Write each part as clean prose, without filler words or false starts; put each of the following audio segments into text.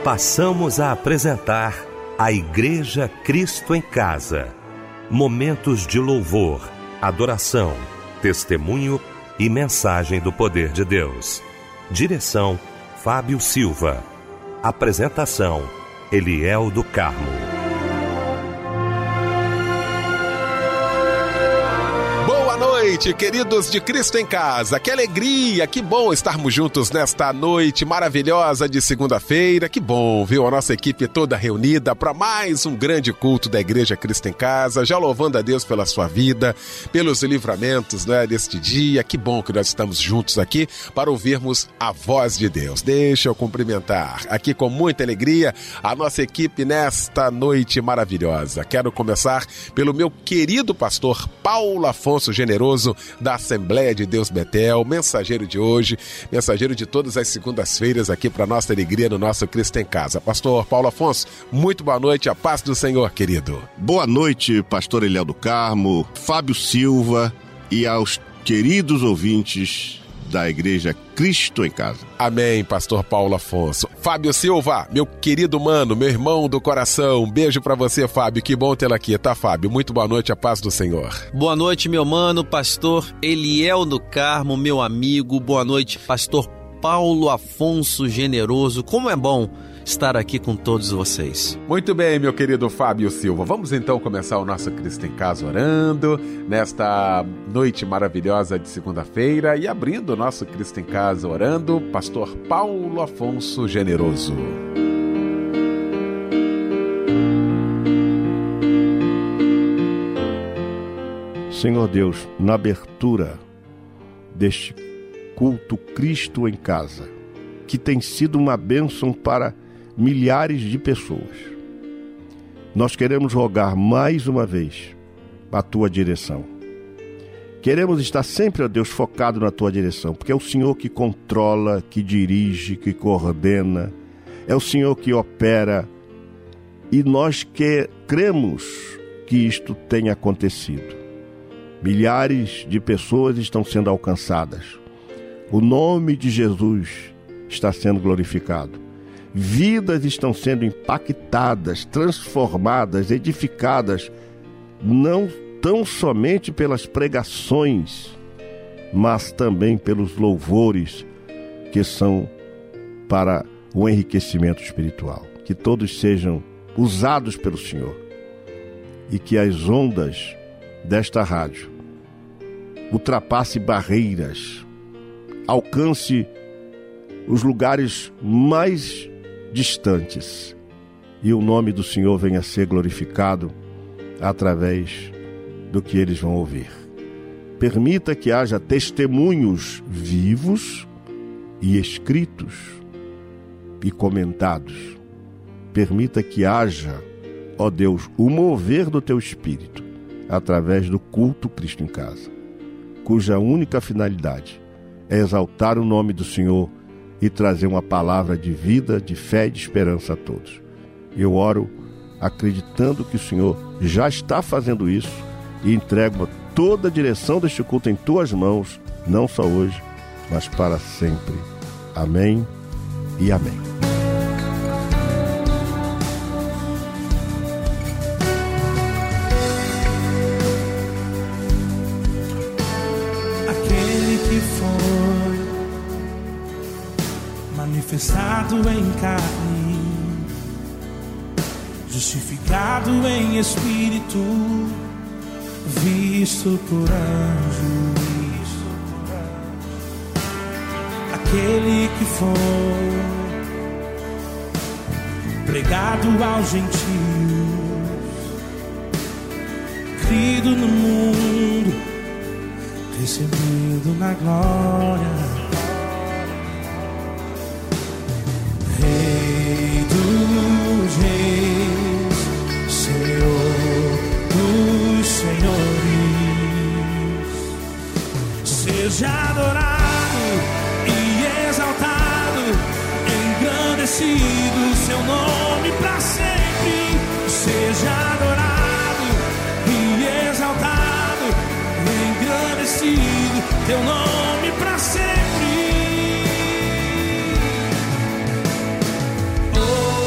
Passamos a apresentar a Igreja Cristo em Casa. Momentos de louvor, adoração, testemunho e mensagem do poder de Deus. Direção, Fábio Silva. Apresentação, Eliel do Carmo. Boa noite, queridos de Cristo em Casa. Que alegria, que bom estarmos juntos nesta noite maravilhosa de segunda-feira. Que bom, viu? A nossa equipe toda reunida para mais um grande culto da Igreja Cristo em Casa, já louvando a Deus pela sua vida, pelos livramentos, deste dia. Que bom que nós estamos juntos aqui para ouvirmos a voz de Deus. Deixa eu cumprimentar aqui com muita alegria a nossa equipe nesta noite maravilhosa. Quero começar pelo meu querido pastor Paulo Afonso Generoso, da Assembleia de Deus Betel, mensageiro de hoje, mensageiro de todas as segundas-feiras aqui para nossa alegria no nosso Cristo em Casa. Pastor Paulo Afonso, muito boa noite, a paz do Senhor, querido. Boa noite, pastor Eliel do Carmo, Fábio Silva e aos queridos ouvintes da Igreja Cristo em Casa. Amém, pastor Paulo Afonso. Fábio Silva, meu querido mano, meu irmão do coração, um beijo pra você, Fábio, que bom tê-lo aqui, tá, Fábio? Muito boa noite, a paz do Senhor. Boa noite, meu mano, pastor Eliel do Carmo, meu amigo, boa noite, pastor Paulo Afonso Generoso. Como é bom estar aqui com todos vocês. Muito bem, meu querido Fábio Silva. Vamos então começar o nosso Cristo em Casa orando, nesta noite maravilhosa de segunda-feira, e abrindo o nosso Cristo em Casa orando, pastor Paulo Afonso Generoso. Senhor Deus, na abertura deste culto Cristo em Casa, que tem sido uma bênção para milhares de pessoas, nós queremos rogar mais uma vez a Tua direção. Queremos estar sempre, ó Deus, focado na Tua direção, porque é o Senhor que controla, que dirige, que coordena, é o Senhor que opera, e nós cremos que isto tenha acontecido. Milhares de pessoas estão sendo alcançadas. O nome de Jesus está sendo glorificado. Vidas estão sendo impactadas, transformadas, edificadas, não tão somente pelas pregações, mas também pelos louvores que são para o enriquecimento espiritual. Que todos sejam usados pelo Senhor e que as ondas desta rádio ultrapasse barreiras, alcance os lugares mais distantes e o nome do Senhor venha a ser glorificado através do que eles vão ouvir. Permita que haja testemunhos vivos e escritos e comentados. Permita que haja, ó Deus, o mover do Teu Espírito através do culto Cristo em Casa, cuja única finalidade é exaltar o nome do Senhor e trazer uma palavra de vida, de fé e de esperança a todos. Eu oro acreditando que o Senhor já está fazendo isso e entrego toda a direção deste culto em Tuas mãos, não só hoje, mas para sempre. Amém e amém. Aquele que foi manifestado em carne, justificado em espírito, visto por anjos. Aquele que foi pregado aos gentios, crido no mundo, recebido na glória. Rei dos reis, Senhor dos senhores, seja adorado e exaltado, engrandecido seu nome para sempre. Seja adorado e exaltado, engrandecido teu nome para sempre. Oh,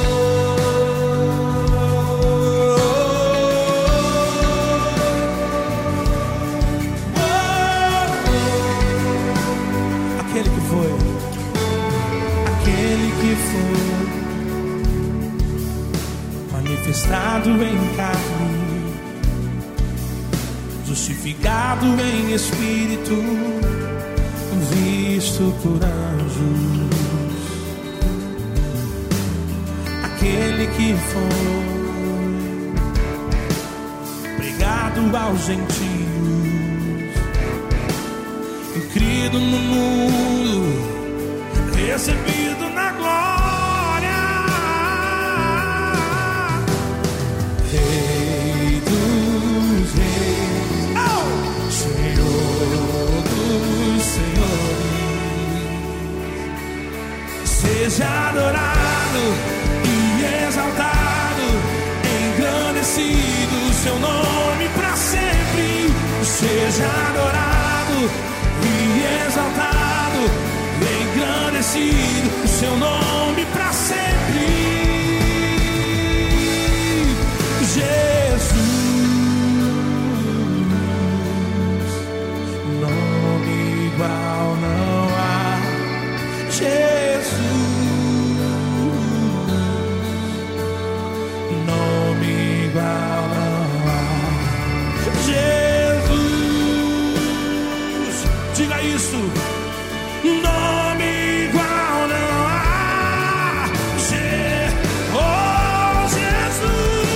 registrado em carne, justificado em espírito, visto por anjos. Aquele que foi pregado aos gentios, crido no mundo, recebido na glória. Rei dos reis, oh! Senhor dos senhores, seja adorado e exaltado, engrandecido seu nome pra sempre. Seja adorado e exaltado, engrandecido seu nome pra sempre. Jesus, nome igual não há. Jesus, nome igual não há. Jesus, diga isso. Nome igual não há. Oh Jesus,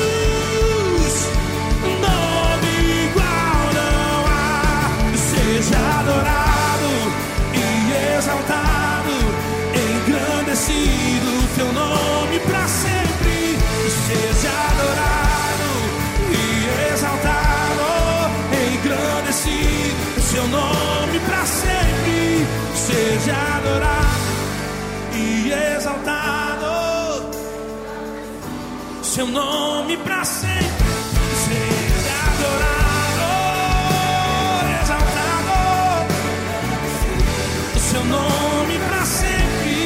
nome igual não há. Seja adorado e exaltado, engrandecido teu nome pra sempre. Seja adorado e exaltado, engrandecido seu nome pra sempre. Seja adorado e exaltado, seu nome pra sempre. Seja adorado, exaltado, seu nome pra sempre.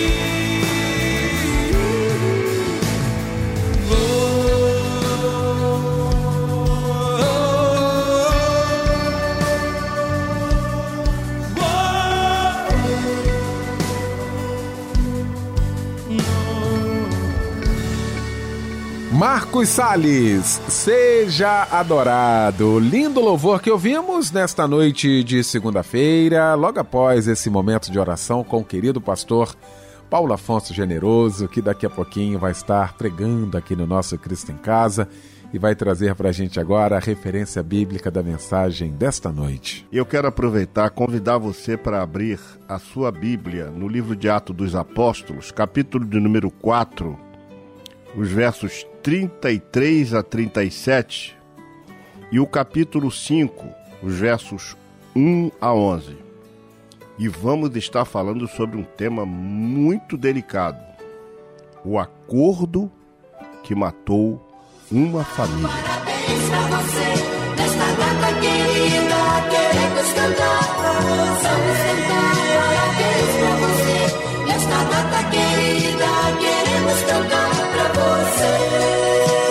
Marcos Salles, seja adorado. Lindo louvor que ouvimos nesta noite de segunda-feira, logo após esse momento de oração com o querido pastor Paulo Afonso Generoso, que daqui a pouquinho vai estar pregando aqui no nosso Cristo em Casa e vai trazer para a gente agora a referência bíblica da mensagem desta noite. Eu quero aproveitar e convidar você para abrir a sua Bíblia no livro de Atos dos Apóstolos, capítulo de número 4, os versos 33 a 37 e o capítulo 5, os versos 1 a 11. E vamos estar falando sobre um tema muito delicado: o acordo que matou uma família. Parabéns pra você, nesta data querida, queremos cantar pra você. Vamos cantar, parabéns pra você, nesta data querida, queremos cantar pra você.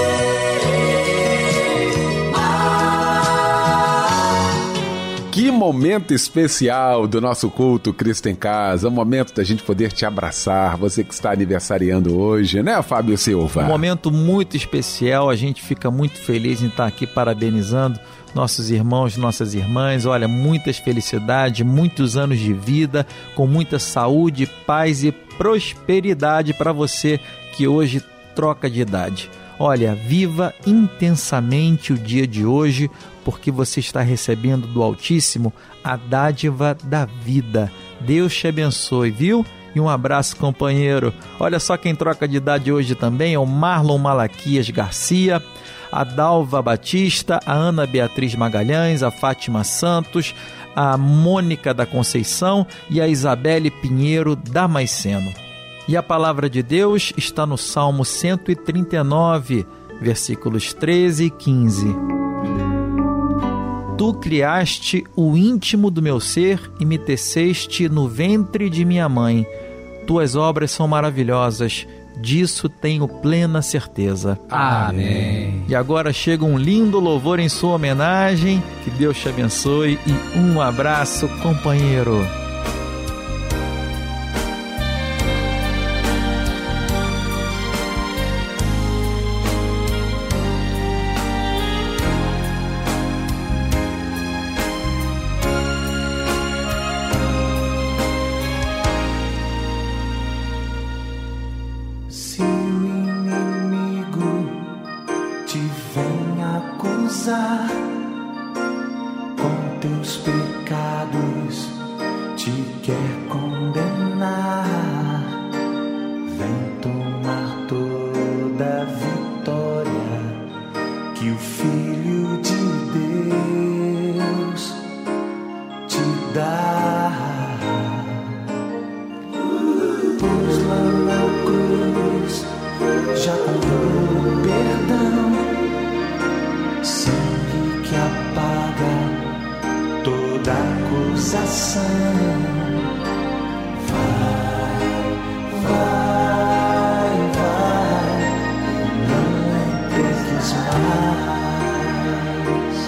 Que momento especial do nosso culto Cristo em Casa, um momento da gente poder te abraçar, você que está aniversariando hoje, né, Fábio Silva? Um momento muito especial, a gente fica muito feliz em estar aqui parabenizando nossos irmãos, nossas irmãs. Olha, muitas felicidades, muitos anos de vida, com muita saúde, paz e prosperidade para você que hoje troca de idade. Olha, viva intensamente o dia de hoje, porque você está recebendo do Altíssimo a dádiva da vida. Deus te abençoe, viu? E um abraço, companheiro. Olha só quem troca de idade hoje também é o Marlon Malaquias Garcia, a Dalva Batista, a Ana Beatriz Magalhães, a Fátima Santos, a Mônica da Conceição e a Isabelle Pinheiro Damasceno. E a palavra de Deus está no Salmo 139, versículos 13 e 15. Tu criaste o íntimo do meu ser e me teceste no ventre de minha mãe. Tuas obras são maravilhosas, disso tenho plena certeza. Amém. E agora chega um lindo louvor em sua homenagem. Que Deus te abençoe e um abraço, companheiro. mudar. Pois lá na cruz já comprou perdão, sangue que apaga toda acusação. Vai, não peques mais.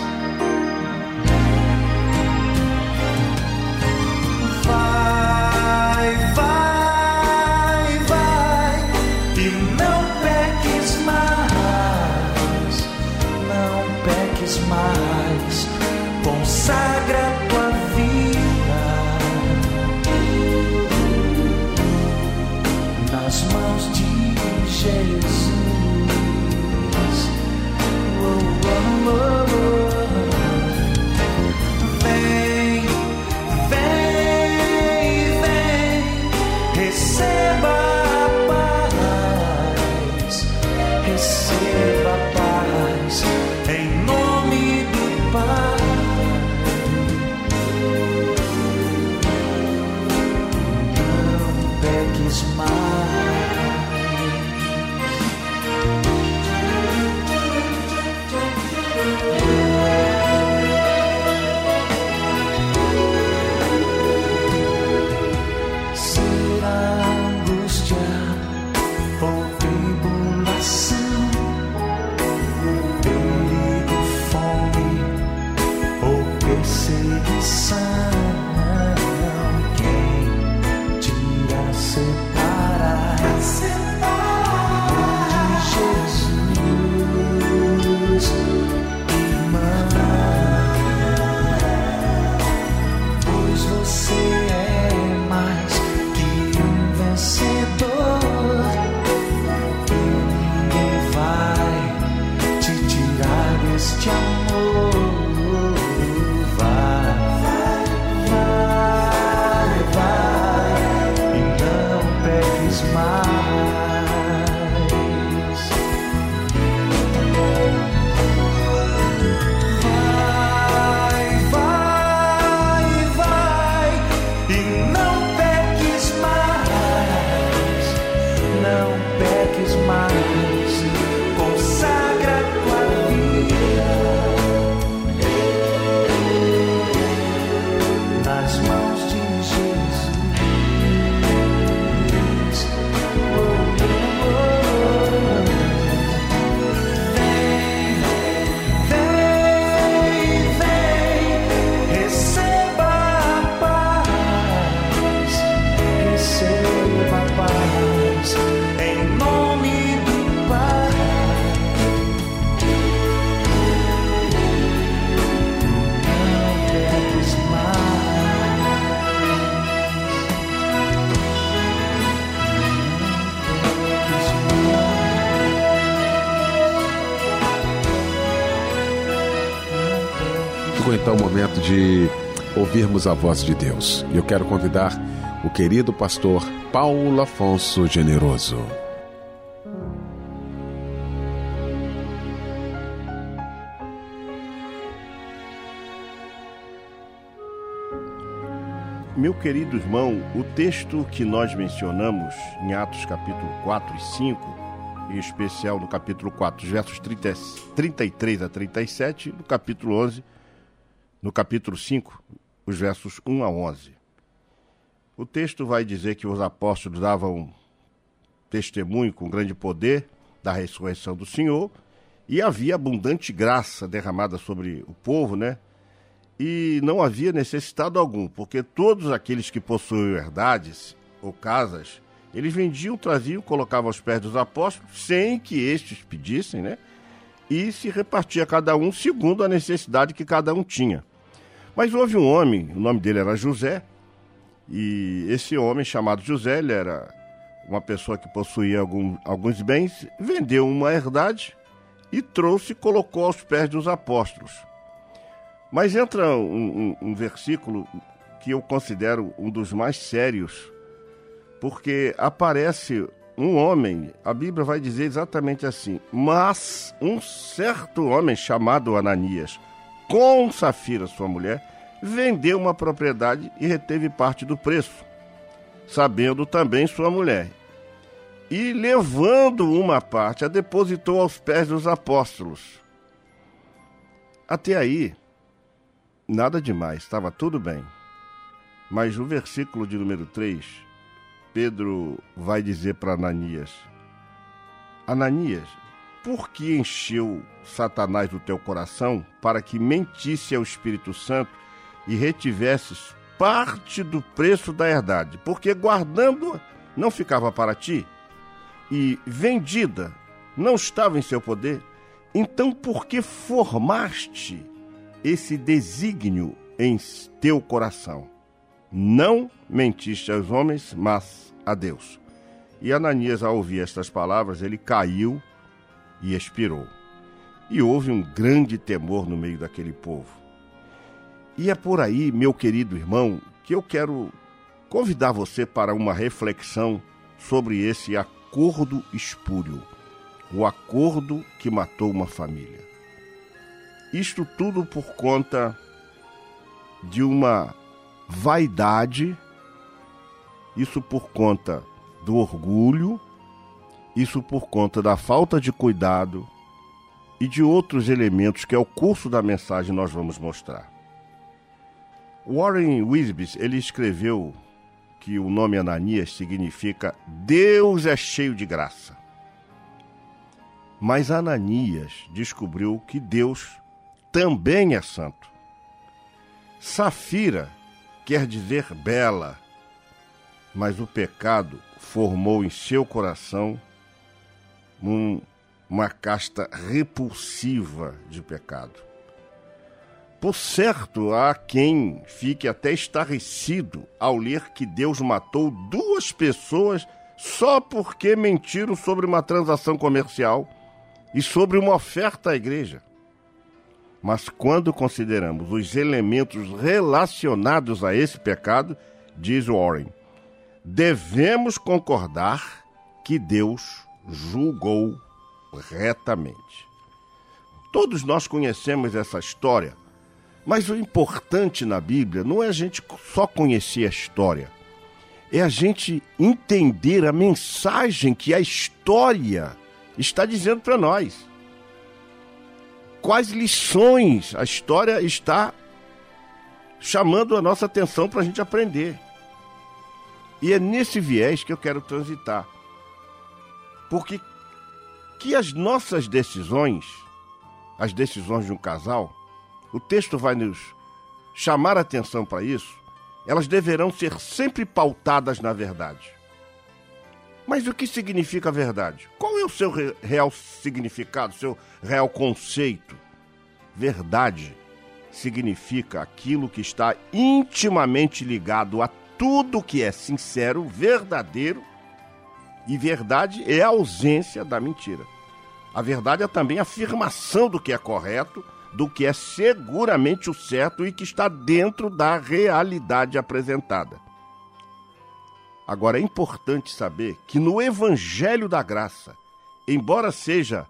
Vai, e não peques mais, não peques mais. Consagra tua vida nas mãos de Jesus. Oh, oh, oh, oh. Vem, receba a paz, em nome do Pai. Não peques mais. Será angústia ou tribulação, perigo, fome ou perseguição, quem te irá separar de Jesus, irmão? Pois você é mais que um vencedor, e ninguém vai te tirar deste amor. Vai, e não peques mais. Vai, e não peques mais, não peques mais. Consagra tua vida nas mãos de Jesus. Oh, oh, oh. Vem, receba a paz, em nome do Pai. Não peques Chegou então o momento de ouvirmos a voz de Deus. E eu quero convidar o querido pastor Paulo Afonso Generoso. Meu querido irmão, o texto que nós mencionamos em Atos capítulo 4 e 5, em especial no capítulo 4, versos 33 a 37, no capítulo 11, no capítulo 5, os versos 1 a 11. O texto vai dizer que os apóstolos davam testemunho com grande poder da ressurreição do Senhor e havia abundante graça derramada sobre o povo, né? E não havia necessitado algum, porque todos aqueles que possuíam herdades ou casas, eles vendiam, traziam, colocavam aos pés dos apóstolos, sem que estes pedissem, né? E se repartia cada um segundo a necessidade que cada um tinha. Mas houve um homem, o nome dele era José, e esse homem chamado José, ele era uma pessoa que possuía alguns bens, vendeu uma herdade e trouxe e colocou aos pés dos apóstolos. Mas entra um versículo que eu considero um dos mais sérios, porque aparece um homem, a Bíblia vai dizer exatamente assim: mas um certo homem chamado Ananias, com Safira, sua mulher, vendeu uma propriedade e reteve parte do preço, sabendo também sua mulher. E, levando uma parte, a depositou aos pés dos apóstolos. Até aí, nada demais, estava tudo bem. Mas no versículo de número 3, Pedro vai dizer para Ananias: Ananias, por que encheu Satanás o teu coração para que mentisse ao Espírito Santo e retivesses parte do preço da herdade? Porque guardando-a não ficava para ti, e vendida não estava em seu poder. Então por que formaste esse desígnio em teu coração? Não mentiste aos homens, mas a Deus. E Ananias, ao ouvir estas palavras, ele caiu e expirou. E houve um grande temor no meio daquele povo. E é por aí, meu querido irmão, que eu quero convidar você para uma reflexão sobre esse acordo espúrio, o acordo que matou uma família. Isto tudo por conta de uma vaidade, isso por conta do orgulho, isso por conta da falta de cuidado e de outros elementos que ao curso da mensagem nós vamos mostrar. Warren Wiersbe, ele escreveu que o nome Ananias significa Deus é cheio de graça. Mas Ananias descobriu que Deus também é santo. Safira quer dizer bela, mas o pecado formou em seu coração uma casta repulsiva de pecado. Por certo, há quem fique até estarrecido ao ler que Deus matou 2 pessoas só porque mentiram sobre uma transação comercial e sobre uma oferta à igreja. Mas quando consideramos os elementos relacionados a esse pecado, diz Warren, devemos concordar que Deus julgou retamente. Todos nós conhecemos essa história, mas o importante na Bíblia não é a gente só conhecer a história, é a gente entender a mensagem que a história está dizendo para nós. Quais lições a história está chamando a nossa atenção para a gente aprender. E é nesse viés que eu quero transitar. Porque que as nossas decisões, as decisões de um casal, o texto vai nos chamar a atenção para isso, elas deverão ser sempre pautadas na verdade. Mas o que significa a verdade? Qual é o seu real significado, seu real conceito? Verdade significa aquilo que está intimamente ligado a tudo que é sincero, verdadeiro, e verdade é a ausência da mentira. A verdade é também a afirmação do que é correto, do que é seguramente o certo e que está dentro da realidade apresentada. Agora, é importante saber que no Evangelho da Graça, embora seja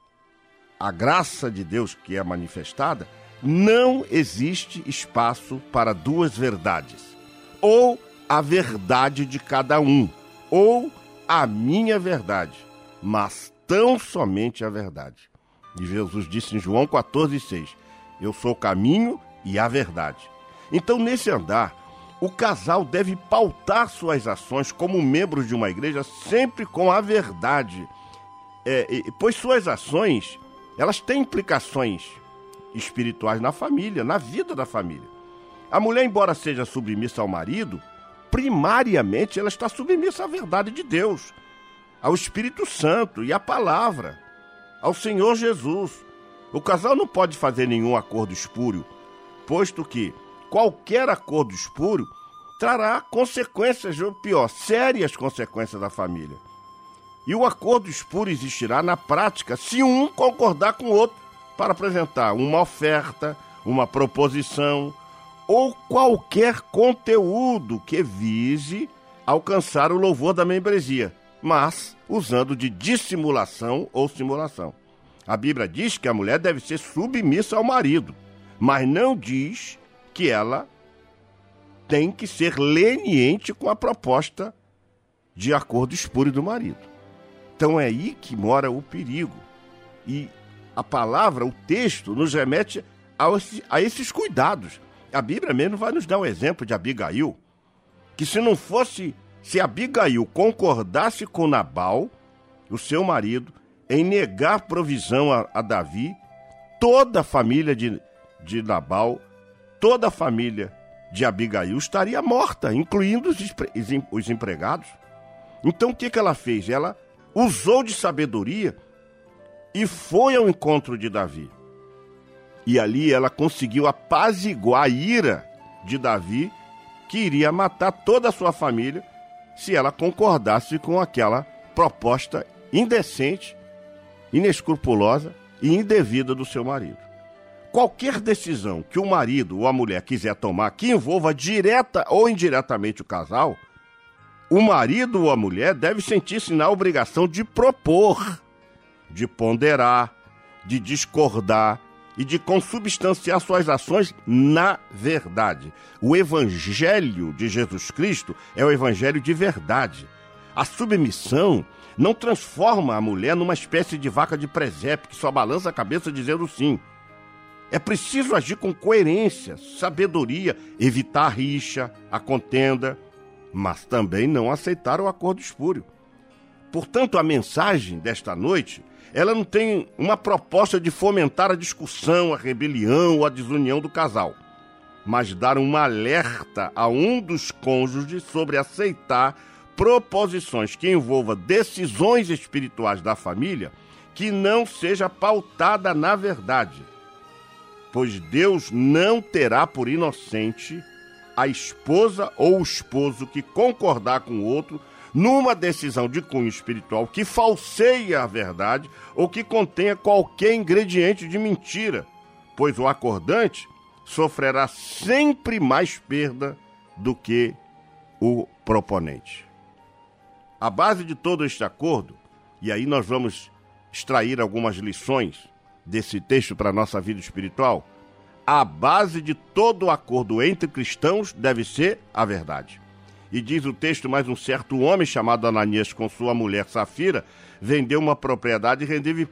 a graça de Deus que é manifestada, não existe espaço para 2 verdades. Ou a verdade de cada um, ou a minha verdade, mas tão somente a verdade. E Jesus disse em João 14,6, eu sou o caminho e a verdade. Então, nesse andar, o casal deve pautar suas ações como membros de uma igreja sempre com a verdade, pois suas ações, elas têm implicações espirituais na família, na vida da família. A mulher, embora seja submissa ao marido, primariamente ela está submissa à verdade de Deus, ao Espírito Santo e à palavra, ao Senhor Jesus. O casal não pode fazer nenhum acordo espúrio, posto que qualquer acordo espúrio trará consequências, ou pior, sérias consequências da família. E o acordo espúrio existirá na prática se um concordar com o outro para apresentar uma oferta, uma proposição ou qualquer conteúdo que vise alcançar o louvor da membresia, mas usando de dissimulação ou simulação. A Bíblia diz que a mulher deve ser submissa ao marido, mas não diz que ela tem que ser leniente com a proposta de acordo espúrio do marido. Então é aí que mora o perigo. E a palavra, o texto, nos remete a esses cuidados. A Bíblia mesmo vai nos dar um exemplo de Abigail, que se Abigail concordasse com Nabal, o seu marido, em negar provisão a Davi, toda a família de Nabal, toda a família de Abigail estaria morta, incluindo os empregados. Então o que ela fez? Ela usou de sabedoria e foi ao encontro de Davi. E ali ela conseguiu apaziguar a ira de Davi, que iria matar toda a sua família se ela concordasse com aquela proposta indecente, inescrupulosa e indevida do seu marido. Qualquer decisão que o marido ou a mulher quiser tomar que envolva direta ou indiretamente o casal, o marido ou a mulher deve sentir-se na obrigação de propor, de ponderar, de discordar e de consubstanciar suas ações na verdade. O evangelho de Jesus Cristo é o evangelho de verdade. A submissão não transforma a mulher numa espécie de vaca de presépio que só balança a cabeça dizendo sim. É preciso agir com coerência, sabedoria, evitar a rixa, a contenda, mas também não aceitar o acordo espúrio. Portanto, a mensagem desta noite, ela não tem uma proposta de fomentar a discussão, a rebelião ou a desunião do casal, mas dar um alerta a um dos cônjuges sobre aceitar proposições que envolvam decisões espirituais da família que não seja pautada na verdade. Pois Deus não terá por inocente a esposa ou o esposo que concordar com o outro numa decisão de cunho espiritual que falseia a verdade ou que contenha qualquer ingrediente de mentira, pois o acordante sofrerá sempre mais perda do que o proponente. A base de todo este acordo, e aí nós vamos extrair algumas lições desse texto para a nossa vida espiritual, a base de todo acordo entre cristãos deve ser a verdade. E diz o texto, mas um certo homem chamado Ananias com sua mulher Safira vendeu uma propriedade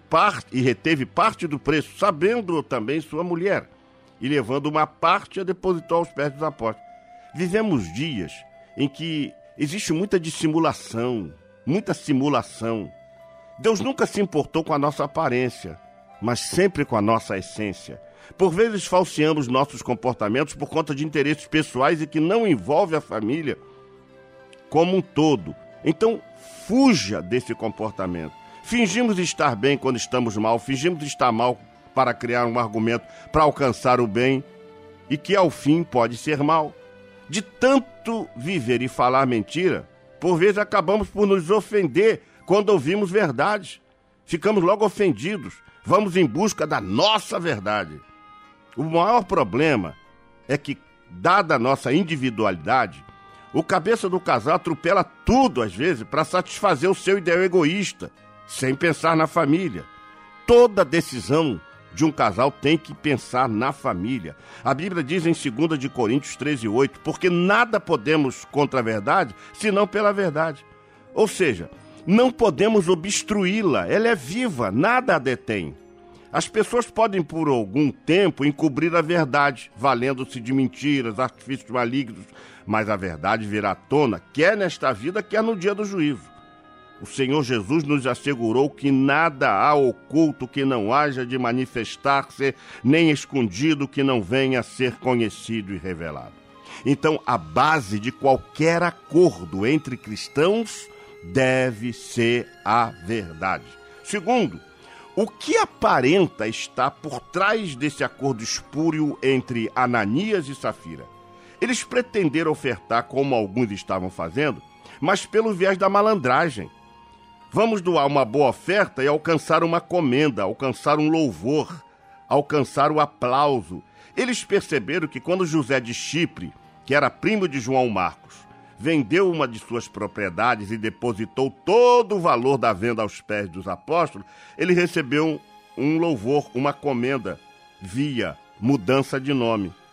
e reteve parte do preço, sabendo também sua mulher, e levando uma parte a depositou aos pés dos apóstolos. Vivemos dias em que existe muita dissimulação, muita simulação. Deus nunca se importou com a nossa aparência, mas sempre com a nossa essência. Por vezes falseamos nossos comportamentos por conta de interesses pessoais e que não envolve a família como um todo. Então, fuja desse comportamento. Fingimos estar bem quando estamos mal, fingimos estar mal para criar um argumento para alcançar o bem e que ao fim pode ser mal. De tanto viver e falar mentira, por vezes acabamos por nos ofender quando ouvimos verdade. Ficamos logo ofendidos, vamos em busca da nossa verdade. O maior problema é que, dada a nossa individualidade, o cabeça do casal atropela tudo, às vezes, para satisfazer o seu ideal egoísta, sem pensar na família. Toda decisão de um casal tem que pensar na família. A Bíblia diz em 2 de Coríntios 13:8, porque nada podemos contra a verdade, senão pela verdade. Ou seja, não podemos obstruí-la, ela é viva, nada a detém. As pessoas podem, por algum tempo, encobrir a verdade, valendo-se de mentiras, artifícios malignos, mas a verdade virá à tona, quer nesta vida, quer no dia do juízo. O Senhor Jesus nos assegurou que nada há oculto que não haja de manifestar-se, nem escondido que não venha a ser conhecido e revelado. Então, a base de qualquer acordo entre cristãos deve ser a verdade. Segundo, o que aparenta estar por trás desse acordo espúrio entre Ananias e Safira? Eles pretenderam ofertar como alguns estavam fazendo, mas pelo viés da malandragem. Vamos doar uma boa oferta e alcançar uma comenda, alcançar um louvor, alcançar o aplauso. Eles perceberam que quando José de Chipre, que era primo de João Marcos, vendeu uma de suas propriedades e depositou todo o valor da venda aos pés dos apóstolos, ele recebeu um louvor, uma comenda, via mudança de nome.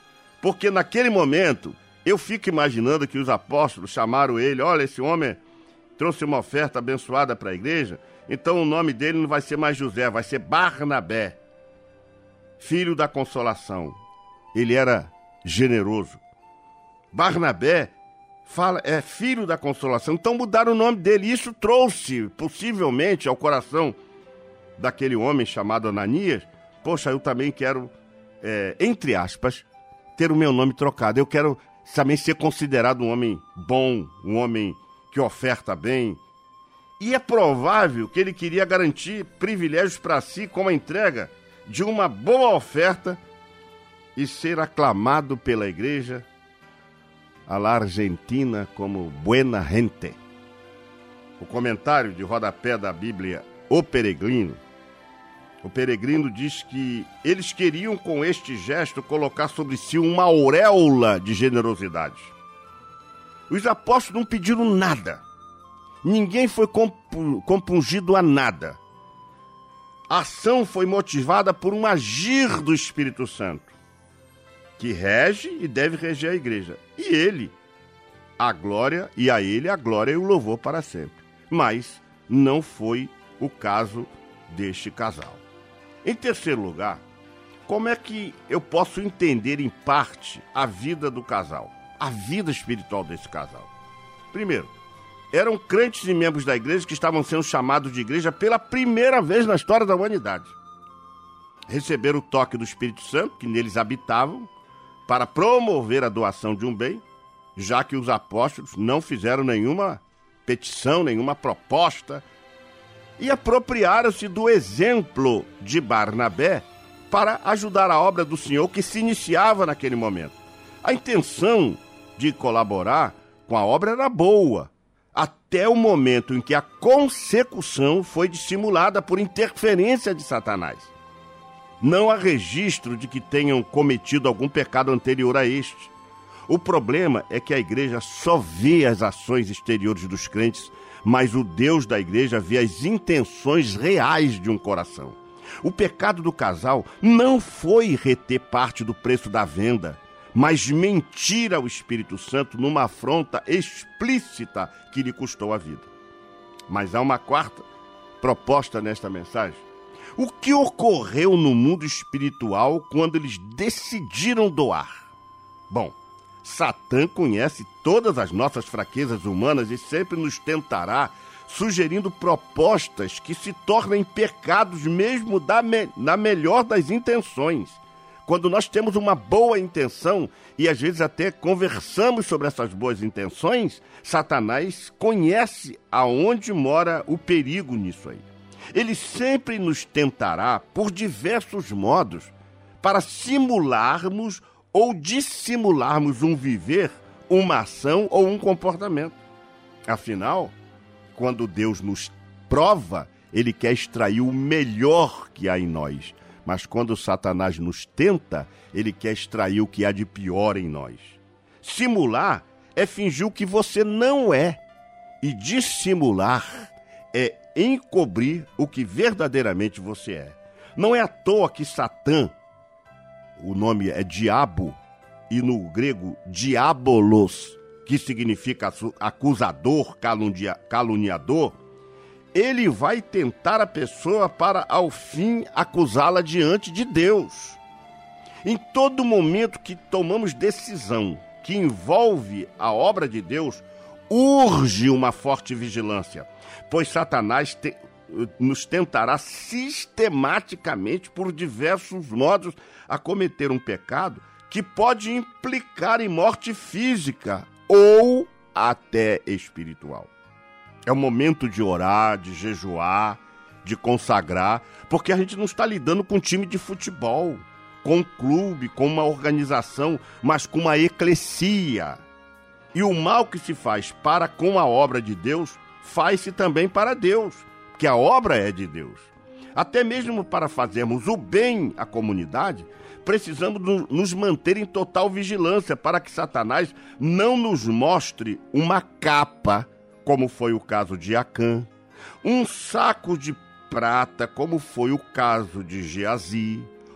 Porque naquele momento, eu fico imaginando que os apóstolos chamaram ele, olha, esse homem trouxe uma oferta abençoada para a igreja, então o nome dele não vai ser mais José, vai ser Barnabé, filho da consolação. Ele era generoso. Barnabé é filho da consolação, então mudaram o nome dele. Isso trouxe, possivelmente, ao coração daquele homem chamado Ananias, poxa, eu também quero, entre aspas, ter o meu nome trocado. Eu quero também ser considerado um homem bom, um homem que oferta bem. E é provável que ele queria garantir privilégios para si com a entrega de uma boa oferta e ser aclamado pela igreja a la Argentina como buena gente. O comentário de rodapé da Bíblia, O Peregrino diz que eles queriam com este gesto colocar sobre si uma auréola de generosidade. Os apóstolos não pediram nada. Ninguém foi compungido a nada. A ação foi motivada por um agir do Espírito Santo, que rege e deve reger a igreja. E ele, a glória e o louvor para sempre. Mas não foi o caso deste casal. Em terceiro lugar, como é que eu posso entender em parte a vida do casal, a vida espiritual desse casal? Primeiro, eram crentes e membros da igreja que estavam sendo chamados de igreja pela primeira vez na história da humanidade. Receberam o toque do Espírito Santo, que neles habitavam, para promover a doação de um bem, já que os apóstolos não fizeram nenhuma petição, nenhuma proposta, e apropriaram-se do exemplo de Barnabé para ajudar a obra do Senhor que se iniciava naquele momento. A intenção de colaborar com a obra era boa, até o momento em que a consecução foi dissimulada por interferência de Satanás. Não há registro de que tenham cometido algum pecado anterior a este. O problema é que a igreja só vê as ações exteriores dos crentes, mas o Deus da igreja vê as intenções reais de um coração. O pecado do casal não foi reter parte do preço da venda, mas mentir ao Espírito Santo numa afronta explícita que lhe custou a vida. Mas há uma quarta proposta nesta mensagem. O que ocorreu no mundo espiritual quando eles decidiram doar? Bom, Satã conhece todas as nossas fraquezas humanas e sempre nos tentará, sugerindo propostas que se tornem pecados mesmo na melhor das intenções. Quando nós temos uma boa intenção e às vezes até conversamos sobre essas boas intenções, Satanás conhece aonde mora o perigo nisso aí. Ele sempre nos tentará por diversos modos para simularmos ou dissimularmos um viver, uma ação ou um comportamento. Afinal, quando Deus nos prova, Ele quer extrair o melhor que há em nós. Mas quando Satanás nos tenta, ele quer extrair o que há de pior em nós. Simular é fingir o que você não é. E dissimular é encobrir o que verdadeiramente você é. Não é à toa que Satã, o nome é diabo, e no grego diabolos, que significa acusador, caluniador, ele vai tentar a pessoa para, ao fim, acusá-la diante de Deus. Em todo momento que tomamos decisão que envolve a obra de Deus, urge uma forte vigilância, pois Satanás nos tentará sistematicamente, por diversos modos, a cometer um pecado que pode implicar em morte física ou até espiritual. É o momento de orar, de jejuar, de consagrar, porque a gente não está lidando com um time de futebol, com um clube, com uma organização, mas com uma eclesia. E o mal que se faz para com a obra de Deus, faz-se também para Deus, porque a obra é de Deus. Até mesmo para fazermos o bem à comunidade, precisamos nos manter em total vigilância para que Satanás não nos mostre uma capa, como foi o caso de Acã, um saco de prata, como foi o caso de Geazi,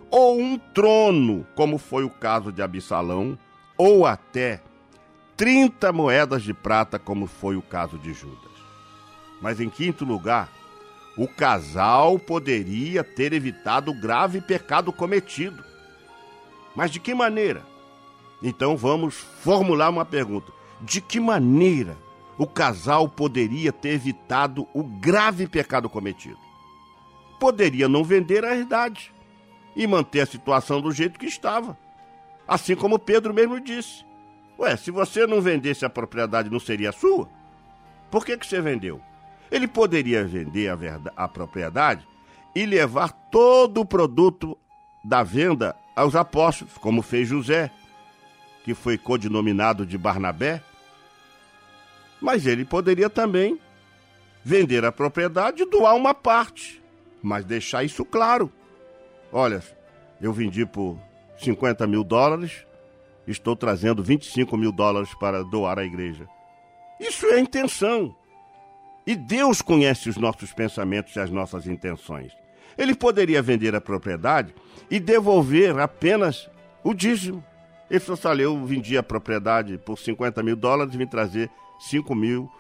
ou um trono, como foi o caso de Absalão, ou até 30 moedas de prata, como foi o caso de Judas. Mas em quinto lugar, o casal poderia ter evitado o grave pecado cometido. Mas de que maneira? Então vamos formular uma pergunta. De que maneira o casal poderia ter evitado o grave pecado cometido? Poderia não vender a herdade e manter a situação do jeito que estava. Assim como Pedro mesmo disse. Se você não vendesse a propriedade, não seria sua? Por que você vendeu? Ele poderia vender a propriedade e levar todo o produto da venda aos apóstolos, como fez José, que foi codinominado de Barnabé. Mas ele poderia também vender a propriedade e doar uma parte, mas deixar isso claro. Olha, eu vendi por $50 mil, estou trazendo $25 mil para doar à igreja. Isso é a intenção. E Deus conhece os nossos pensamentos e as nossas intenções. Ele poderia vender a propriedade e devolver apenas o dízimo. Ele falou assim, eu vendi a propriedade por $50 mil e vim trazer $5 mil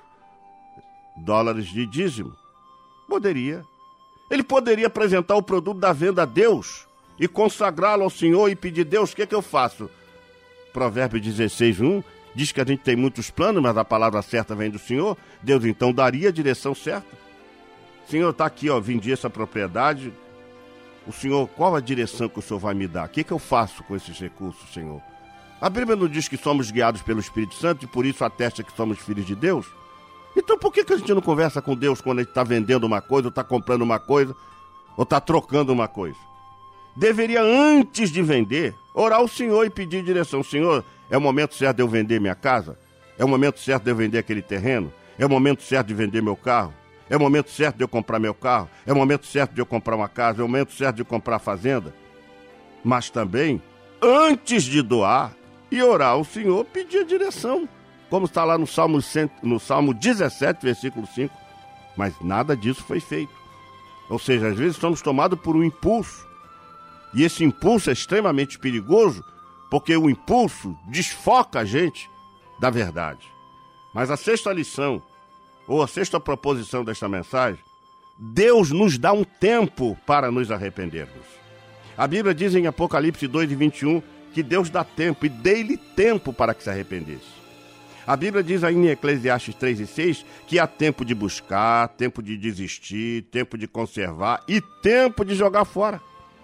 de dízimo. Poderia. Ele poderia apresentar o produto da venda a Deus e consagrá-lo ao Senhor e pedir, Deus, o que eu faço? Provérbio 16:1 diz que a gente tem muitos planos, mas a palavra certa vem do Senhor. Deus então daria a direção certa. Senhor, está aqui, vendi essa propriedade. O Senhor, qual a direção que o Senhor vai me dar? O que eu faço com esses recursos, Senhor? A Bíblia não diz que somos guiados pelo Espírito Santo e por isso atesta que somos filhos de Deus? Então por que a gente não conversa com Deus quando a gente está vendendo uma coisa, ou está comprando uma coisa, ou está trocando uma coisa? Deveria, antes de vender, orar ao Senhor e pedir direção. Senhor, é o momento certo de eu vender minha casa? É o momento certo de eu vender aquele terreno? É o momento certo de vender meu carro? É o momento certo de eu comprar meu carro? É o momento certo de eu comprar uma casa? É o momento certo de comprar a fazenda? Mas também, antes de doar e orar ao Senhor, pedir a direção. Como está lá no Salmo 17, versículo 5. Mas nada disso foi feito. Ou seja, às vezes estamos tomados por um impulso. E esse impulso é extremamente perigoso, porque o impulso desfoca a gente da verdade. Mas a sexta lição, ou a sexta proposição desta mensagem, Deus nos dá um tempo para nos arrependermos. A Bíblia diz em Apocalipse 2:21 que Deus dá tempo e dê-lhe tempo para que se arrependesse. A Bíblia diz aí em Eclesiastes 3:6 que há tempo de buscar, tempo de desistir, tempo de conservar e tempo de jogar fora.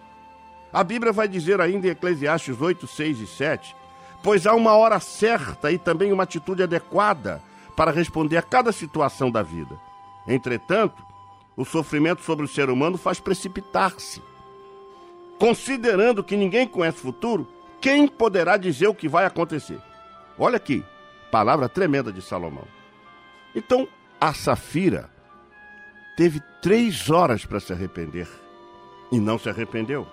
A Bíblia vai dizer ainda em Eclesiastes 8:6 e 7, pois há uma hora certa e também uma atitude adequada para responder a cada situação da vida. Entretanto, o sofrimento sobre o ser humano faz precipitar-se. Considerando que ninguém conhece o futuro, quem poderá dizer o que vai acontecer? Olha aqui, palavra tremenda de Salomão. Então, a Safira teve 3 horas para se arrepender e não se arrependeu.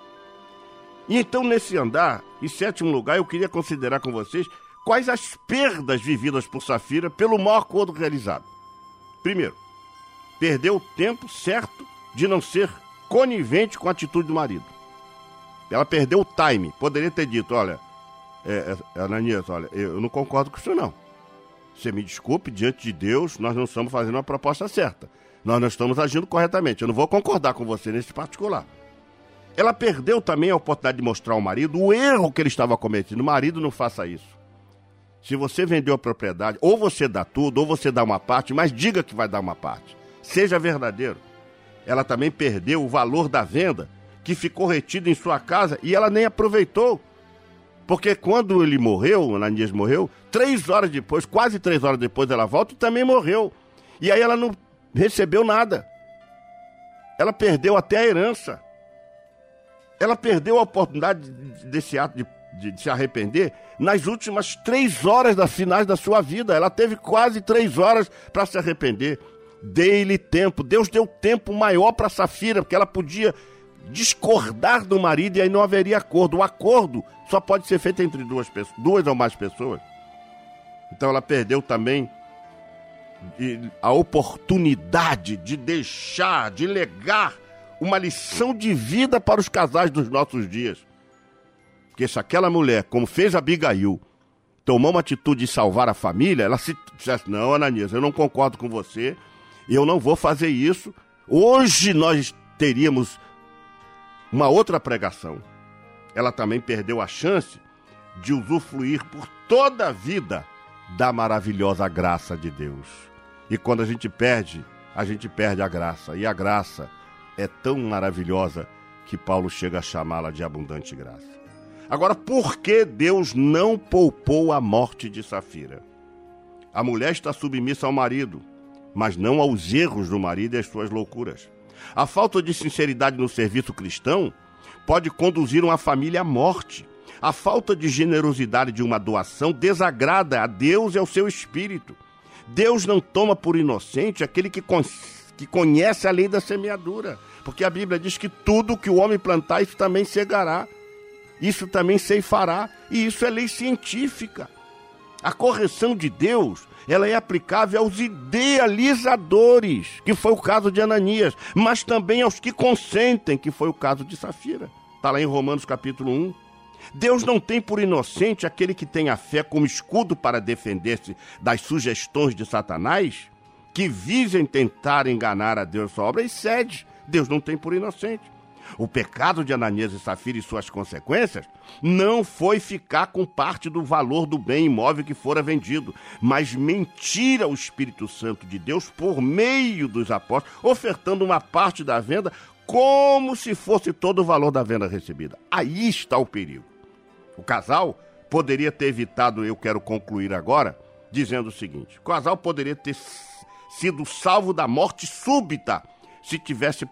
E então, nesse andar, em sétimo lugar, eu queria considerar com vocês quais as perdas vividas por Safira pelo mau acordo realizado. Primeiro, perdeu o tempo certo de não ser conivente com a atitude do marido. Ela perdeu o time. Poderia ter dito, olha, Ananias, olha, eu não concordo com isso não. Você me desculpe, diante de Deus, nós não estamos fazendo uma proposta certa. Nós não estamos agindo corretamente. Eu não vou concordar com você nesse particular. Ela perdeu também a oportunidade de mostrar ao marido o erro que ele estava cometendo. Marido, não faça isso. Se você vendeu a propriedade, ou você dá tudo, ou você dá uma parte, mas diga que vai dar uma parte. Seja verdadeiro. Ela também perdeu o valor da venda, que ficou retido em sua casa, e ela nem aproveitou. Porque quando ele morreu, Ananias morreu, 3 horas depois, quase 3 horas depois ela volta e também morreu. E aí ela não recebeu nada. Ela perdeu até a herança. Ela perdeu a oportunidade desse ato de se arrepender nas últimas 3 horas das finais da sua vida. Ela teve quase 3 horas para se arrepender. Dê-lhe tempo. Deus deu tempo maior para Safira, porque ela podia discordar do marido e aí não haveria acordo. O acordo só pode ser feito entre duas ou mais pessoas. Então ela perdeu também a oportunidade de deixar, de legar uma lição de vida para os casais dos nossos dias. Porque se aquela mulher, como fez Abigail, tomou uma atitude de salvar a família, ela se dissesse, não, Ananias, eu não concordo com você, eu não vou fazer isso. Hoje nós teríamos uma outra pregação. Ela também perdeu a chance de usufruir por toda a vida da maravilhosa graça de Deus. E quando a gente perde a graça. E a graça é tão maravilhosa que Paulo chega a chamá-la de abundante graça. Agora, por que Deus não poupou a morte de Safira? A mulher está submissa ao marido, mas não aos erros do marido e às suas loucuras. A falta de sinceridade no serviço cristão pode conduzir uma família à morte. A falta de generosidade de uma doação desagrada a Deus e ao seu espírito. Deus não toma por inocente aquele que conhece a lei da semeadura, porque a Bíblia diz que tudo que o homem plantar, isso também cegará, isso também ceifará, e isso é lei científica. A correção de Deus, ela é aplicável aos idealizadores, que foi o caso de Ananias, mas também aos que consentem, que foi o caso de Safira. Está lá em Romanos capítulo 1. Deus não tem por inocente aquele que tem a fé como escudo para defender-se das sugestões de Satanás, que visem tentar enganar a Deus sua obra, e cede. Deus não tem por inocente. O pecado de Ananias e Safira e suas consequências não foi ficar com parte do valor do bem imóvel que fora vendido, mas mentir ao Espírito Santo de Deus por meio dos apóstolos, ofertando uma parte da venda como se fosse todo o valor da venda recebida. Aí está o perigo. O casal poderia ter evitado, eu quero concluir agora, dizendo o seguinte: o casal poderia ter sido salvo da morte súbita se tivessem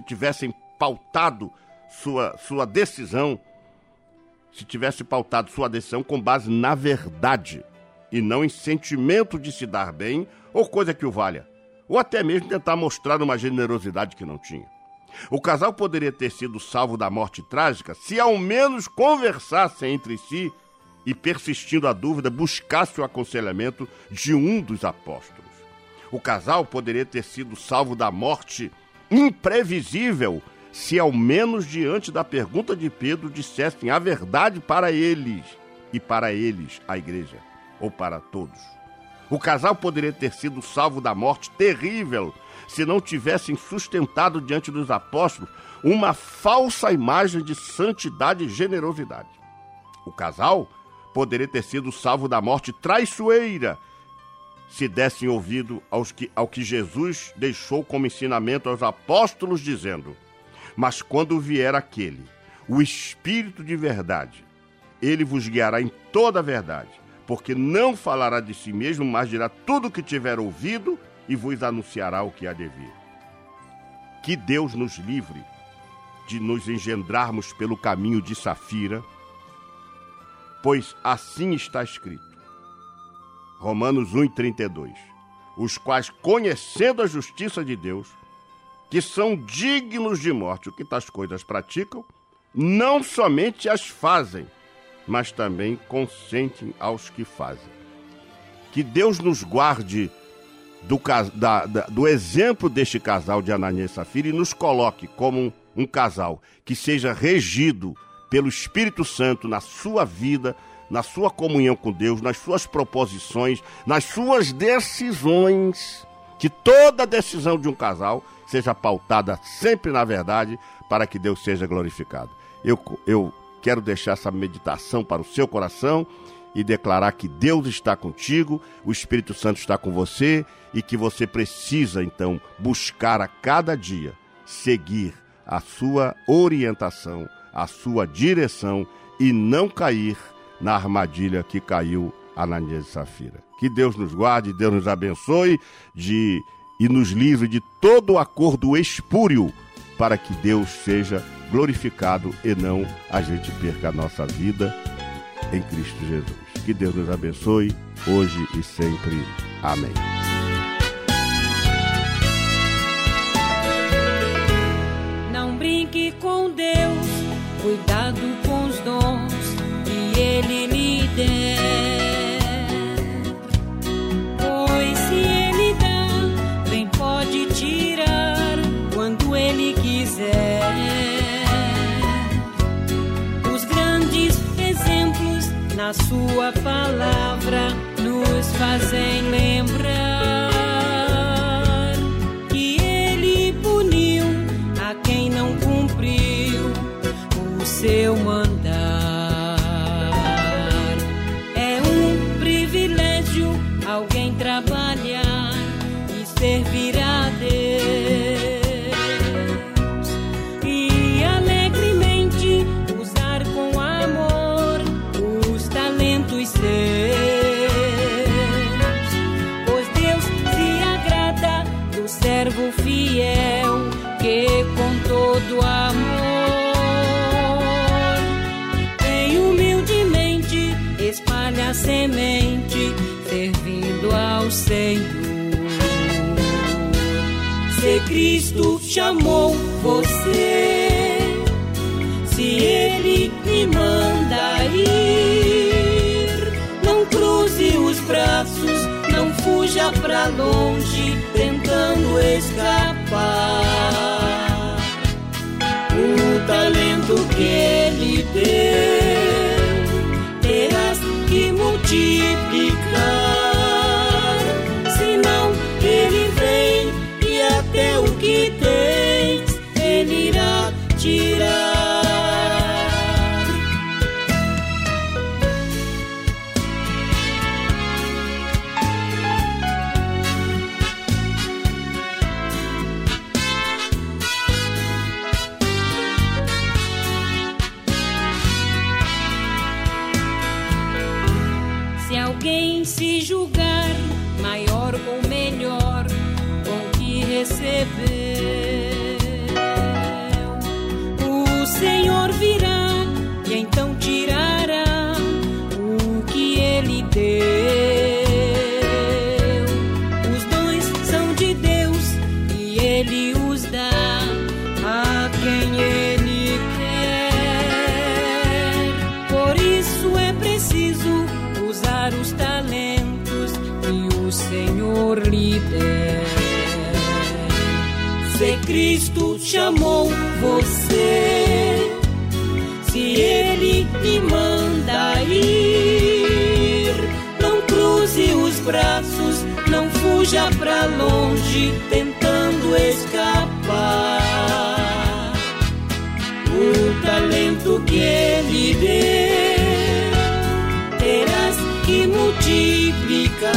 pautado sua decisão, se tivesse pautado sua decisão com base na verdade e não em sentimento de se dar bem ou coisa que o valha, ou até mesmo tentar mostrar uma generosidade que não tinha. O casal poderia ter sido salvo da morte trágica se ao menos conversassem entre si e, persistindo a dúvida, buscasse o aconselhamento de um dos apóstolos. O casal poderia ter sido salvo da morte imprevisível se ao menos diante da pergunta de Pedro dissessem a verdade para eles e para eles, a igreja, ou para todos. O casal poderia ter sido salvo da morte terrível se não tivessem sustentado diante dos apóstolos uma falsa imagem de santidade e generosidade. O casal poderia ter sido salvo da morte traiçoeira se dessem ouvido ao que Jesus deixou como ensinamento aos apóstolos, dizendo: mas quando vier aquele, o Espírito de verdade, ele vos guiará em toda a verdade, porque não falará de si mesmo, mas dirá tudo o que tiver ouvido e vos anunciará o que há de vir. Que Deus nos livre de nos engendrarmos pelo caminho de Safira, pois assim está escrito. Romanos 1:32. Os quais, conhecendo a justiça de Deus, que são dignos de morte, o que tais coisas praticam, não somente as fazem, mas também consentem aos que fazem. Que Deus nos guarde do exemplo deste casal de Ananias e Safira e nos coloque como um casal que seja regido pelo Espírito Santo na sua vida, na sua comunhão com Deus, nas suas proposições, nas suas decisões. Que toda decisão de um casal seja pautada sempre na verdade, para que Deus seja glorificado. Eu quero deixar essa meditação para o seu coração e declarar que Deus está contigo, o Espírito Santo está com você e que você precisa, então, buscar a cada dia seguir a sua orientação, a sua direção e não cair na armadilha que caiu Ananias e Safira. Que Deus nos guarde, Deus nos abençoe e nos livre de todo acordo espúrio, para que Deus seja glorificado e não a gente perca a nossa vida em Cristo Jesus. Que Deus nos abençoe hoje e sempre. Amém. Não brinque com Deus, cuidado com os dons que Ele lhe der. Pois se Ele dá, bem pode tirar quando Ele quiser. a sua palavra nos fazem lembrar que ele puniu a quem não cumpriu o seu mandar. É um privilégio alguém trabalhar e servir a Deus e alegremente usar com amor os talentos seus, pois Deus se agrada do servo fiel que com todo amor bem humildemente espalha a semente servindo ao Senhor. Se Cristo chamou você, se Ele me manda ir, não cruze os braços, não fuja pra longe tentando escapar. O talento que Ele deu terás que multiplicar, senão Ele vem e até o que tens Ele irá tirar. Se alguém se julgar maior ou melhor com o que recebeu, o Senhor virá e então tirará o que Ele deu. Os dons são de Deus e Ele os dá a quem Ele quer. Por isso é preciso usar os talentos que o Senhor lhe der. Se Cristo chamou você, se Ele me manda ir, não cruze os braços, não fuja pra longe tentando escapar. O talento que Ele deu terás que multiplicar,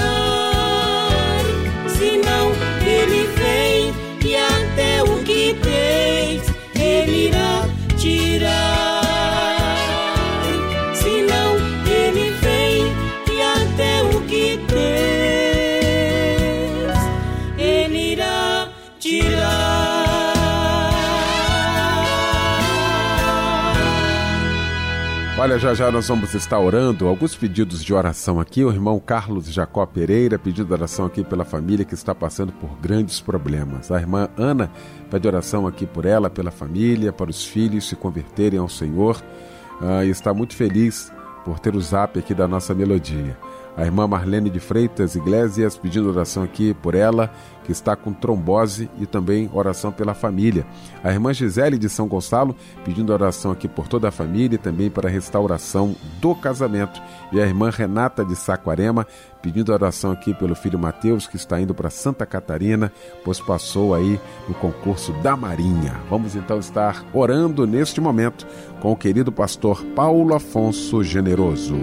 senão Ele vem e até o que tens Ele irá tirar. Senão Ele vem e até o que tens Ele irá tirar. Olha, já nós vamos estar orando, alguns pedidos de oração aqui. O irmão Carlos Jacó Pereira pediu oração aqui pela família que está passando por grandes problemas. A irmã Ana pede oração aqui por ela, pela família, para os filhos se converterem ao Senhor. E está muito feliz por ter o zap aqui da nossa melodia. A irmã Marlene de Freitas Iglesias pedindo oração aqui por ela, que está com trombose, e também oração pela família. A irmã Gisele de São Gonçalo pedindo oração aqui por toda a família e também para a restauração do casamento. E a irmã Renata de Saquarema pedindo oração aqui pelo filho Mateus, que está indo para Santa Catarina, pois passou aí no concurso da Marinha. Vamos então estar orando neste momento com o querido pastor Paulo Afonso Generoso.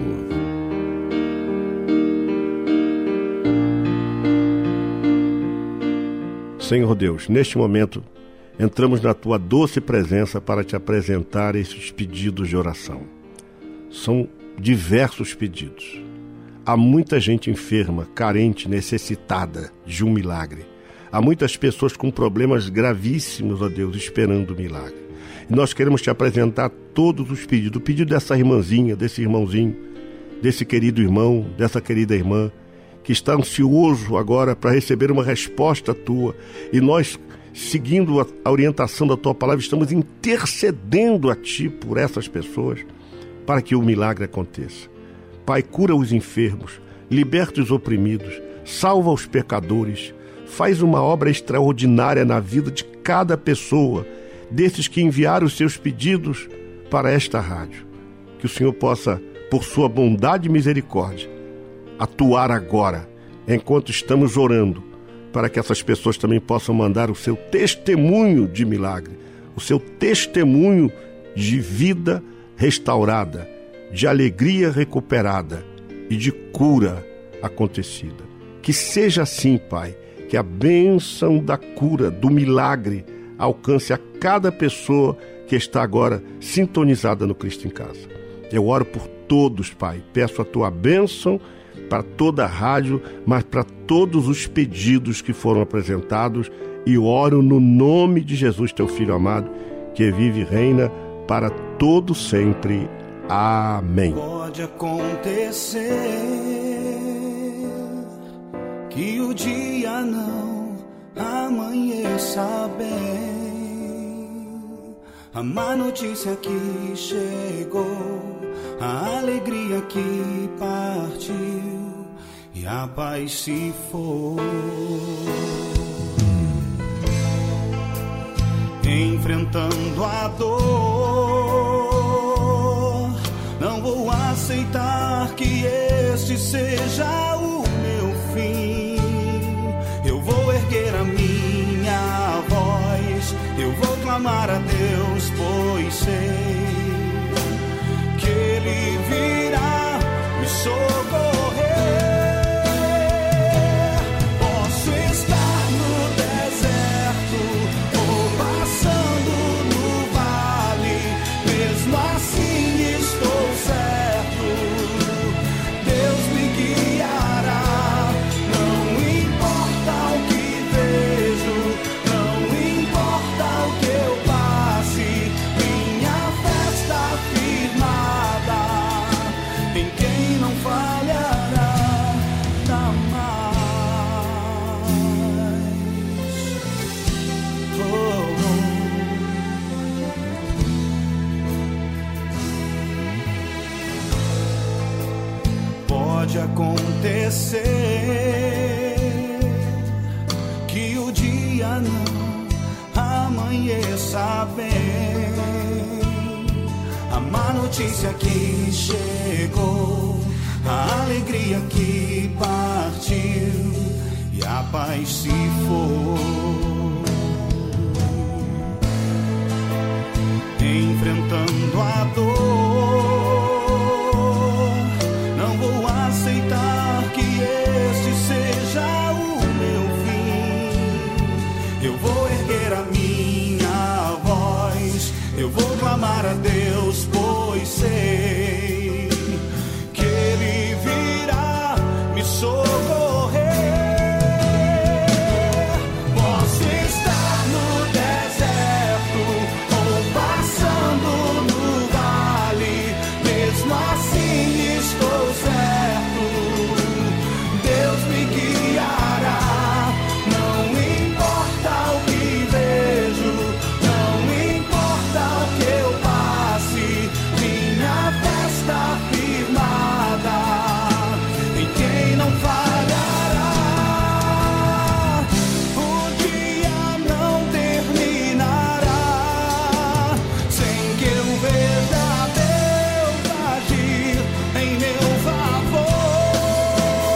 Senhor Deus, neste momento, entramos na Tua doce presença para Te apresentar esses pedidos de oração. São diversos pedidos. Há muita gente enferma, carente, necessitada de um milagre. Há muitas pessoas com problemas gravíssimos, ó Deus, esperando o milagre. E nós queremos Te apresentar todos os pedidos. O pedido dessa irmãzinha, desse irmãozinho, desse querido irmão, dessa querida irmã, que está ansioso agora para receber uma resposta Tua. E nós, seguindo a orientação da Tua palavra, estamos intercedendo a Ti por essas pessoas, para que o milagre aconteça. Pai, cura os enfermos, liberta os oprimidos, salva os pecadores, faz uma obra extraordinária na vida de cada pessoa, desses que enviaram os seus pedidos para esta rádio. Que o Senhor possa por sua bondade e misericórdia, atuar agora, enquanto estamos orando, para que essas pessoas também possam mandar o seu testemunho de milagre, o seu testemunho de vida restaurada, de alegria recuperada e de cura acontecida. Que seja assim, Pai, que a bênção da cura, do milagre, alcance a cada pessoa que está agora sintonizada no Cristo em Casa. Eu oro por todos, Pai, peço a Tua bênção para toda a rádio, mas para todos os pedidos que foram apresentados, e oro no nome de Jesus, Teu Filho amado, que vive e reina para todo sempre. Amém. Pode acontecer que o dia não amanheça bem, a má notícia que chegou, a alegria que partiu e a paz se for. Enfrentando a dor, não vou aceitar que este seja o meu fim. Eu vou erguer a minha voz, eu vou clamar a Deus, pois sei que Ele virá me socorrer. Posso estar no deserto ou passando no vale, mesmo assim estou certo, Deus me guiará. Não importa o que vejo, não importa o que eu passe, minha fé está firmada em quem não falhará jamais. Pode acontecer que o dia não amanheça bem, a má notícia que chegou, a alegria que partiu e a paz se for. Enfrentando a dor, não vou aceitar que este seja o meu fim. Eu vou erguer a minha voz, eu vou clamar a Deus, pois sei que Ele virá me socorrer. Posso estar no deserto ou passando no vale, mesmo assim estou certo, Deus me guiará. Não importa o que vejo, não importa o que eu passe, minha fé está firmada em quem não falhará. O dia não terminará sem que eu veja Deus agir em meu favor.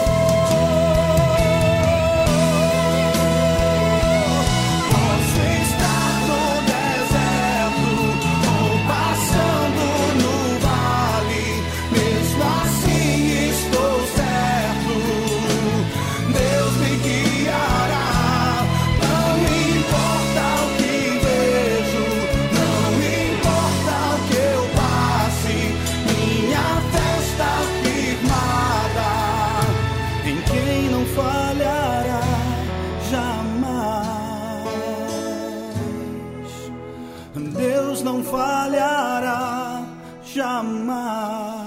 Posso estar no deserto ou passando no vale, mesmo assim estou certo, Deus me guiará. Não importa o que vejo, não importa o que eu passe, minha fé está firmada em quem não falhará jamais. Deus não falhará jamais.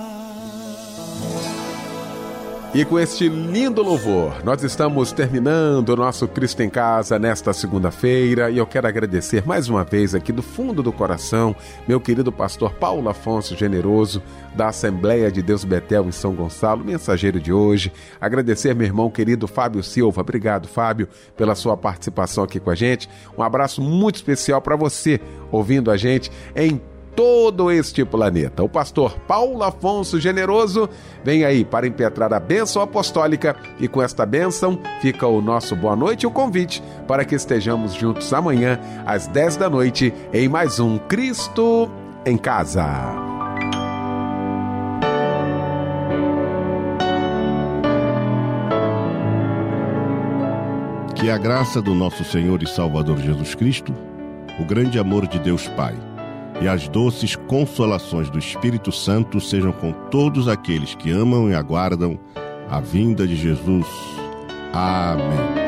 E com este lindo louvor, nós estamos terminando o nosso Cristo em Casa nesta segunda-feira, e eu quero agradecer mais uma vez aqui do fundo do coração meu querido pastor Paulo Afonso Generoso, da Assembleia de Deus Betel em São Gonçalo, mensageiro de hoje. Agradecer meu irmão querido Fábio Silva. Obrigado, Fábio, pela sua participação aqui com a gente. Um abraço muito especial para você, ouvindo a gente em todo este planeta. O pastor Paulo Afonso Generoso vem aí para impetrar a bênção apostólica e com esta bênção fica o nosso boa noite e o convite para que estejamos juntos amanhã às 10 da noite em mais um Cristo em Casa. Que a graça do nosso Senhor e Salvador Jesus Cristo, o grande amor de Deus Pai e as doces consolações do Espírito Santo sejam com todos aqueles que amam e aguardam a vinda de Jesus. Amém.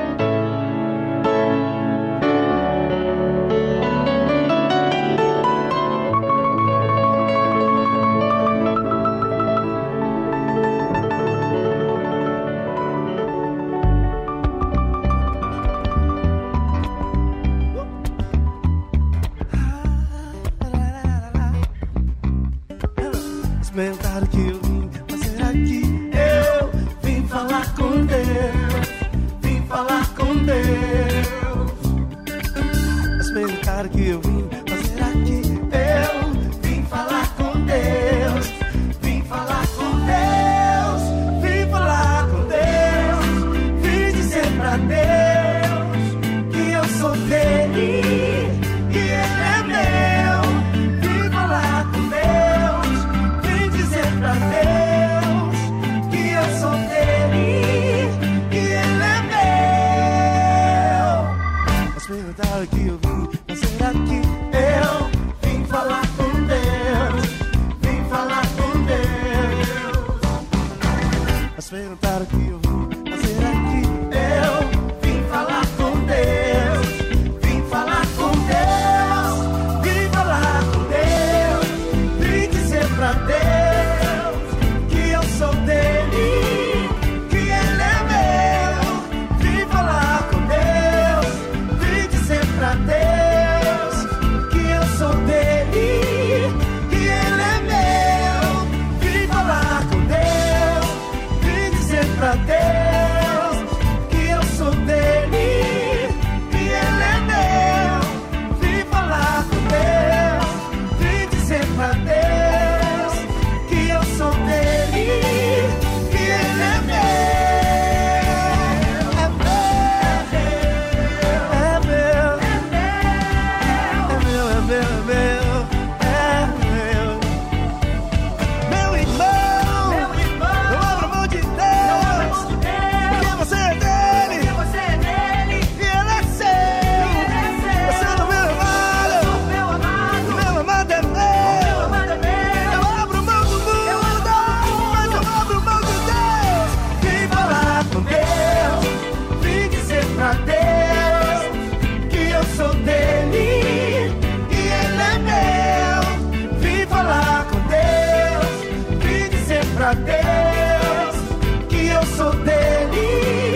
Experimentar o que eu vim fazer aqui. Eu vim falar com Deus, vim falar com Deus. Experimentar o que eu vim fazer aqui. Eu vim falar com Deus, vim falar com Deus, vim falar com Deus. Vim dizer pra Deus que eu sou dele, que ele é meu. Vim falar com Deus, pra Deus que eu sou dele, que ele é meu. Mas perguntaram o que eu vim fazer aqui. Eu vim falar com Deus, vim falar com Deus. Mas perguntaram o que eu vim fazer aqui. Eu vim falar com Deus, vim falar com Deus, vim falar com Deus. Vim dizer pra Deus sou dele, que ele é meu. Vim falar com Deus, vim dizer pra Deus que eu sou dele, que ele é meu. Vim falar com Deus, vim dizer pra Deus que eu sou dele, que ele é meu. Vim falar com Deus, vim dizer pra Deus que eu sou dele. Pra Deus que eu sou dele.